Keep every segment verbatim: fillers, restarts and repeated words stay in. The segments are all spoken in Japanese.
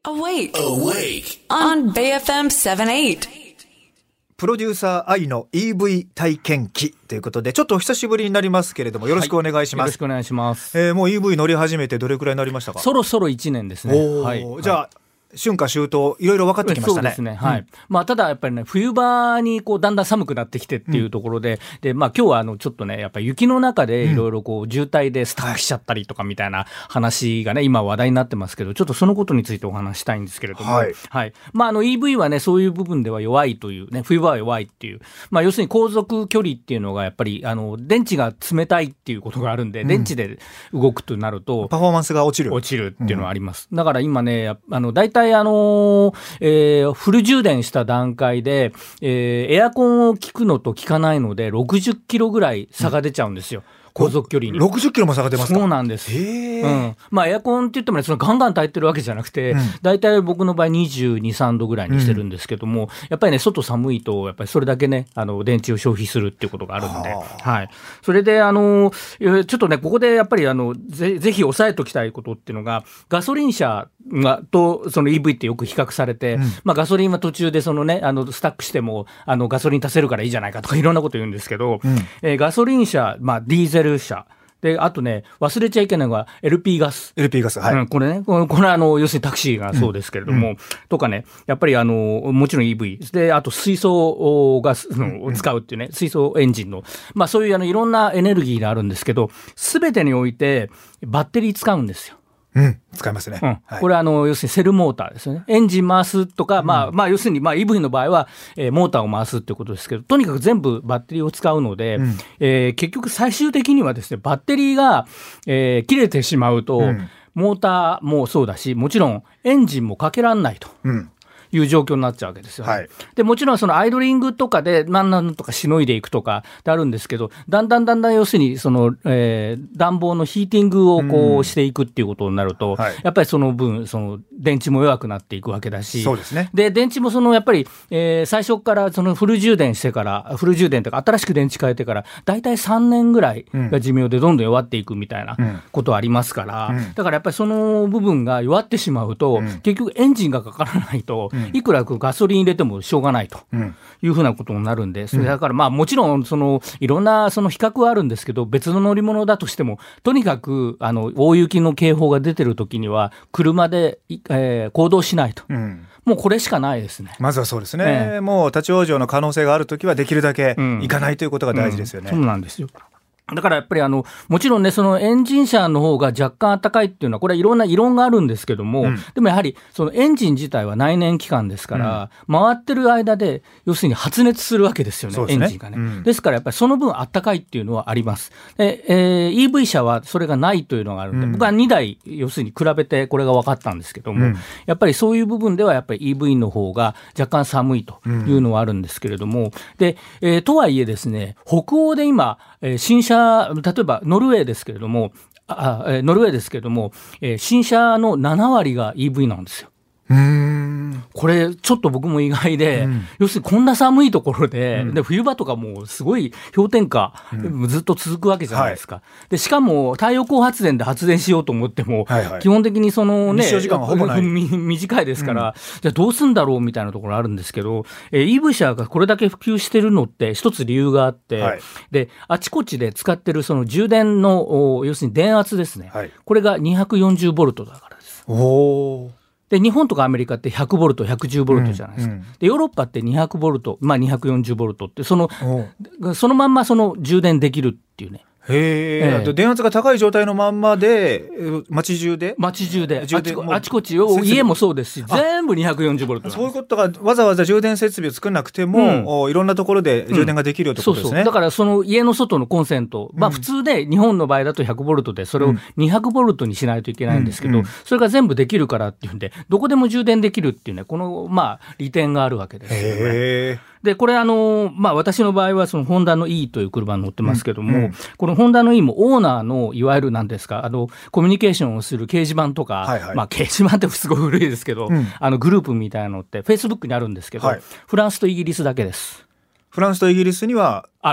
Awake. Awake. On ベイエフエムセブンティーエイト。 プロデューサー愛の イーブイ 体験記ということで、ちょっとお久しぶりになりますけれども、よろしくお願いします。 はい、よろしくお願いします。 えー、もう イーブイ 乗り始めてどれくらいになりましたか？ そろそろいちねんですね。はい、 じゃあ、はい、春夏秋冬いろいろ分かってきましたね。 そうですね、はい。うん、まあ、ただやっぱりね、冬場にこうだんだん寒くなってきてっていうところで、うん、でまあ、今日はあのちょっとねやっぱり雪の中でいろいろこう渋滞でスタックしちゃったりとかみたいな話がね今話題になってますけど、ちょっとそのことについてお話したいんですけれども、はいはい。まあ、あの イーブイ はねそういう部分では弱いというね、冬場は弱いっていう、まあ、要するに航続距離っていうのがやっぱりあの電池が冷たいっていうことがあるんで、うん、電池で動くとなるとパフォーマンスが落ちる落ちるっていうのはあります。うん、だから今ねあの大体あのえー、フル充電した段階で、えー、エアコンを効くのと効かないのでろくじゅっキロぐらい差が出ちゃうんですよ、うん、航続距離に。 ろくじゅっキロも差が出ますか？ そうなんです。 へー、 うん、まあエアコンって言ってもねそのガンガン炊いてるわけじゃなくて、うん、だいたい僕の場合にじゅうに、さんどぐらいにしてるんですけども、うん、やっぱりね外寒いとやっぱりそれだけねあの電池を消費するっていうことがあるんで、はい、それであのちょっとねここでやっぱりあの ぜ, ぜひ押さえときたいことっていうのが、ガソリン車がとその イーブイ ってよく比較されて、うん、まあ、ガソリンは途中でその、ね、あのスタックしてもあのガソリン足せるからいいじゃないかとかいろんなこと言うんですけど、うん、えー、ガソリン車、まあ、ディーゼル車で、あとね、忘れちゃいけないのが エルピー ガス。 エルピー ガス、はい。 うん、これね、これ、これあの、要するにタクシーがそうですけれども、うん、とかね、やっぱりあの、もちろん イーブイ。で、あと水素ガスのを使うっていうね、うん、水素エンジンの、まあそういうあの、いろんなエネルギーがあるんですけど、すべてにおいてバッテリー使うんですよ。 うん、使いますね。 うん、はい、これはあの要するにセルモーターですよね。エンジン回すとか、うん、まあまあ要するにまあ イーブイ の場合は、えー、モーターを回すっていうことですけど、とにかく全部バッテリーを使うので、うん、えー、結局最終的にはですねバッテリーが、えー、切れてしまうと、うん、モーターもそうだし、もちろんエンジンもかけらんないと。うん、いう状況になっちゃうわけですよね。はい、でもちろんそのアイドリングとかで何なんとかしのいでいくとかであるんですけど、だんだんだんだん要するにその、えー、暖房のヒーティングをこうしていくっていうことになると、はい、やっぱりその分その電池も弱くなっていくわけだし、 そうですね。 で電池もそのやっぱり、えー、最初からそのフル充電してからフル充電とか新しく電池変えてからだいたいさんねんぐらいが寿命でどんどん弱っていくみたいなことありますから、うんうん、だからやっぱりその部分が弱ってしまうと、うん、結局エンジンがかからないと、うん、いくらガソリン入れてもしょうがないというふうなことになるんで、それだからまあもちろんそのいろんなその比較はあるんですけど、別の乗り物だとしてもとにかくあの大雪の警報が出てる時には車で、えー、行動しないと、うん、もうこれしかないですね。 まずはそうですね、えー、もう立ち往生の可能性がある時はできるだけ行かないということが大事ですよね。 うんうん、そうなんですよ。だからやっぱりあのもちろんねそのエンジン車の方が若干暖かいっていうのはこれはいろんな異論があるんですけども、うん、でもやはりそのエンジン自体は内燃機関ですから、うん、回ってる間で要するに発熱するわけですよね、エンジンがね、うん、ですからやっぱりその分暖かいっていうのはあります。で、えー、イーブイ 車はそれがないというのがあるんで、うん、僕はにだい要するに比べてこれが分かったんですけども、うん、やっぱりそういう部分ではやっぱり イーブイ の方が若干寒いというのはあるんですけれども、で、えー、とはいえですね北欧で今、えー、新車例えばノルウェーですけれども、あノルウェーですけれども、えー、新車のななわりが イーブイ なんですよ。 うーん、 これちょっと僕も意外で、うん、要するにこんな寒いところ で,、うん、で冬場とかもうすごい氷点下、うん、ずっと続くわけじゃないですか、はい、でしかも太陽光発電で発電しようと思っても、はいはい、基本的にその、ね、 日照時間はほぼない短いですから、うん、じゃあどうすんだろうみたいなところあるんですけど、えー、イーブイ 車がこれだけ普及してるのって一つ理由があって、はい、であちこちで使ってるその充電の要するに電圧ですね、はい、これがにひゃくよんじゅうボルトだからです。 おー。 で日本とかアメリカってひゃくボルト、ひゃくじゅうボルトじゃないですか、うんうん、でヨーロッパってにひゃくボルト、まあ、にひゃくよんじゅうボルトってそのそのまんまその充電できるっていうね。 へー、えー、電圧が高い状態のまんまで街中で街中であちこ、あちこちを家もそうですし全部にひゃくよんじゅうボルト。 そういうことがわざわざ充電設備を作らなくても、うん、いろんなところで充電ができるよってことですね、うん、そうそう。 だからその家の外のコンセント、まあ、普通で日本の場合だとひゃくボルトでそれをにひゃくボルトにしないといけないんですけど、うんうん、それが全部できるからっていうんでどこでも充電できるっていうね、このまあ利点があるわけですよね。 へー。 でこれあの、まあ、私の場合はそのホンダの E という車に乗ってますけども、うんうん、このホンダの E もオーナーのいわゆるなんですかあのコミュニケーションをする掲示板とか、はいはい、まあ、掲示板ってすごい古いですけど、うん、あのグループみたいなのってフェイスブックにあるんですけど、はい、フランスとイギリスだけです。 フランスとイギリスにはある。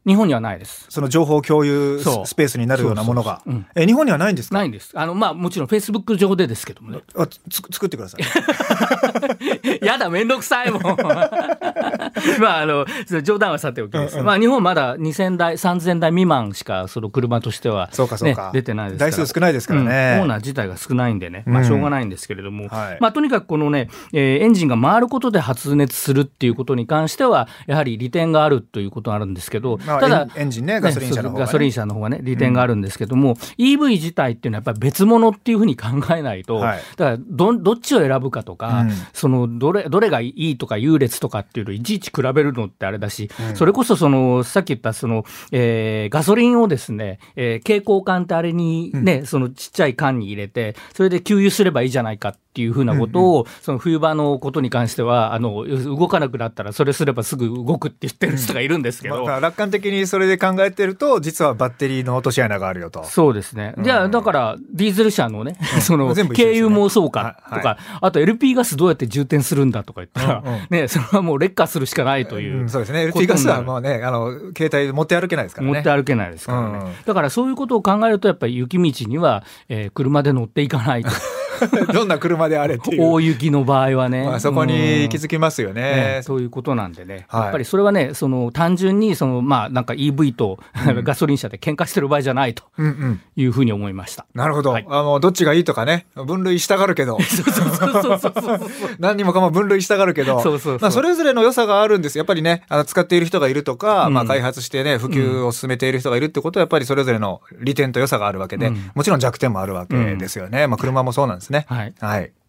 日本にはないです。 その情報共有スペースになるようなものが。え、日本にはないんですか？ ないんです。あの、まあ、もちろんフェイスブック上でですけどもね。 あ、つ作ってください。 やだ、めんどくさいもん。まあ、あの、冗談はさておきです。うんうん、まあ、日本まだにせんだい、さんぜんだい未満しか、その車としては、ね、 そうかそうか出てないですから。 台数少ないですからね。 うん、オーナー自体が少ないんでね、まあ、しょうがないんですけれども、 うん、はい、 まあ、とにかくこのね、えー、エンジンが回ることで発熱するっていうことに関しては、やはり利点があるということがあるんですけど、 まあ、 ただ、 エンジンね、ガソリン車の方が、ね、 ガソリン車の方がね、利点があるんですけども、うん、イーブイ 自体っていうのはやっぱり別物っていうふうに考えないと、はい、だからど、どっちを選ぶかとか、うん、そのどれ、どれがいいとか優劣とかっていうのをいちいち比べるのってあれだし、うん、それこそその、さっき言ったその、えー、ガソリンをですね、えー、蛍光管ってあれにね、うん、そのちっちゃい缶に入れて、それで給油すればいいじゃないかっていうふうなことを、うんうん、その冬場のことに関しては、あの、動かなくなったらそれすればすぐ動くって言ってる人がいるんですけど、 うんまあ、楽観的にそれで考えてると、実はバッテリーの落とし穴があるよと。 そうですね。じゃあ、だからディーゼル車のね、うん、その、軽油もそうかとか、はい、あと エルピー ガスどうやって充填するんだとか言ったら、うんうん、ね、それはもう劣化するしかないという、 うん、そうですね。エルピー ガスはもうね、あの携帯で持って歩けないですからね。 持って歩けないですからね。うんうん、だからそういうことを考えると、やっぱり雪道には、えー、車で乗っていかないと。 どんな車であれっていう大雪の場合はね、 まあ、そこに気づきますよね、 ね、そういうことなんでね、はい、やっぱりそれはね、その単純にその、まあ、なんか イーブイ と、うん、ガソリン車で喧嘩してる場合じゃないというふうに思いました。 うんうん、なるほど、はい、あのどっちがいいとかね、分類したがるけど何にもかも分類したがるけど、そうそうそう、まあ、それぞれの良さがあるんです。やっぱりね、あの使っている人がいるとか、うんまあ、開発してね普及を進めている人がいるってことはやっぱりそれぞれの利点と良さがあるわけで、うん、もちろん弱点もあるわけですよね、うんまあ、車もそうなんですね。 はい、 はい